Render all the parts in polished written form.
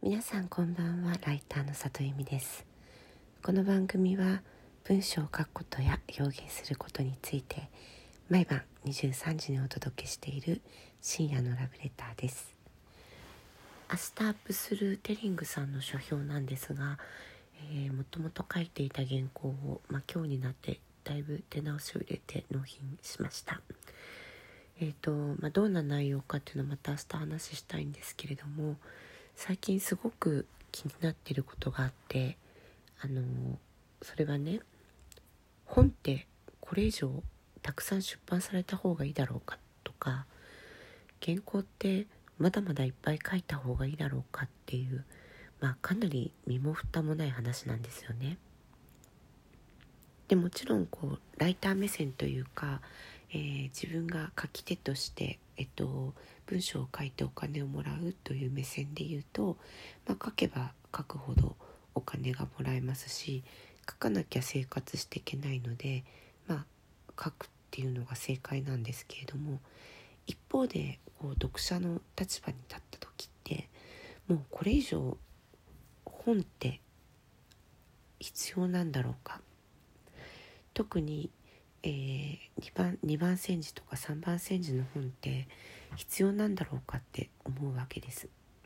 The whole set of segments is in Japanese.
皆さんこんばんは。ライターの里由美です。この番組は文章を書くことや表現することについて毎晩23時にお届けしている深夜のラブレターです。明日アップするテリングさんの書評なんですが、もともと書いていた原稿を、今日になってだいぶ手直しを入れて納品しました。どんな内容かっていうのはまた明日話したいんですけれども、最近すごく気になっていることがあって、それはね、本ってこれ以上たくさん出版された方がいいだろうかとか、原稿ってまだまだいっぱい書いた方がいいだろうかっていう、かなり身も蓋もない話なんですよね。でもちろんライター目線というか、自分が書き手として、文章を書いてお金をもらうという目線で言うと、書けば書くほどお金がもらえますし、書かなきゃ生活していけないので、書くっていうのが正解なんですけれども、一方で読者の立場に立った時って、もうこれ以上本って必要なんだろうか。特に、2番煎じとか3番煎じの本って必要なんだろうかって思うわけです。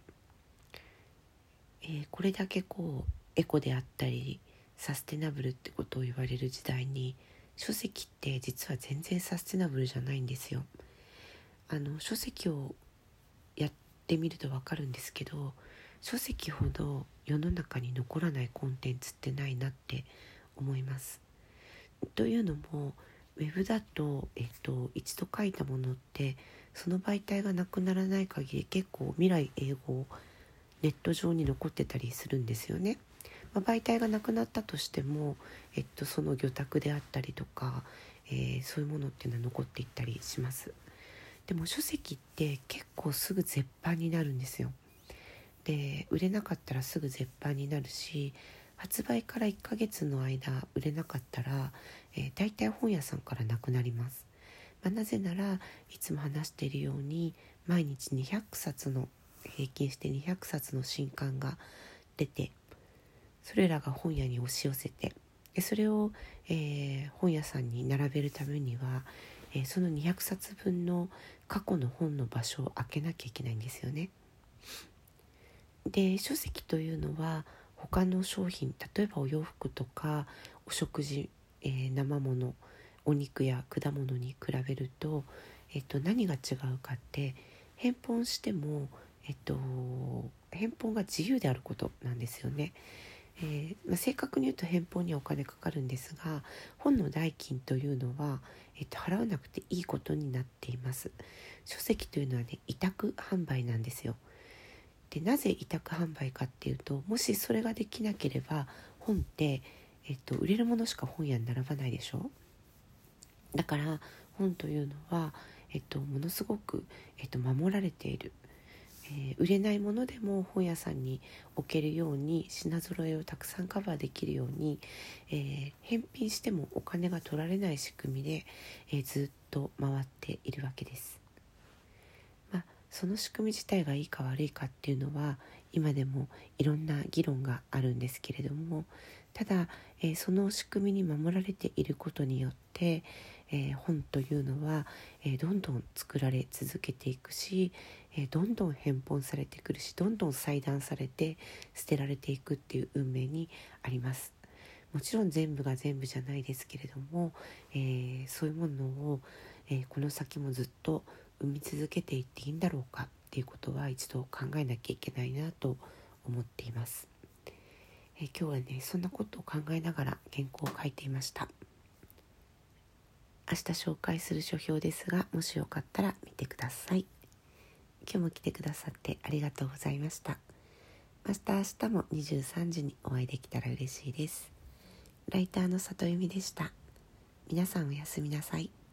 これだけエコであったりサステナブルってことを言われる時代に、書籍って実は全然サステナブルじゃないんですよ。書籍をやってみると分かるんですけど、書籍ほど世の中に残らないコンテンツってないなって思います。というのもウェブだと、一度書いたものってその媒体がなくならない限り結構未来永劫ネット上に残ってたりするんですよね。媒体がなくなったとしても、その魚拓であったりとか、そういうものっていうのは残っていったりします。でも書籍って結構すぐ絶版になるんですよ。で、売れなかったらすぐ絶版になるし、発売から1ヶ月の間売れなかったら、大体本屋さんからなくなります。なぜならいつも話しているように毎日200冊の平均して200冊の新刊が出て、それらが本屋に押し寄せて、それを、本屋さんに並べるためには、その200冊分の過去の本の場所を開けなきゃいけないんですよね。で、書籍というのは他の商品、例えばお洋服とかお食事、生もの、お肉や果物に比べると、何が違うかって、返本しても、返本が自由であることなんですよね。正確に言うと返本にはお金かかるんですが、本の代金というのは、払わなくていいことになっています。書籍というのはね、委託販売なんですよ。で、なぜ委託販売かっていうと、もしそれができなければ本って、売れるものしか本屋に並ばないでしょ。だから本というのは、ものすごく、守られている、売れないものでも本屋さんに置けるように、品揃えをたくさんカバーできるように、返品してもお金が取られない仕組みで、ずっと回っているわけです。その仕組み自体がいいか悪いかっていうのは今でもいろんな議論があるんですけれども、ただ、その仕組みに守られていることによって、本というのは、どんどん作られ続けていくし、どんどん返本されてくるし、どんどん裁断されて捨てられていくっていう運命にあります。もちろん全部が全部じゃないですけれども、そういうものを、この先もずっと生み続けていっていいんだろうかっていうことは一度考えなきゃいけないなと思っています。今日はね、そんなことを考えながら原稿を書いていました。明日紹介する書評ですが、もしよかったら見てください。今日も来てくださってありがとうございました。明日も23時にお会いできたら嬉しいです。ライターの里由美でした。皆さんおやすみなさい。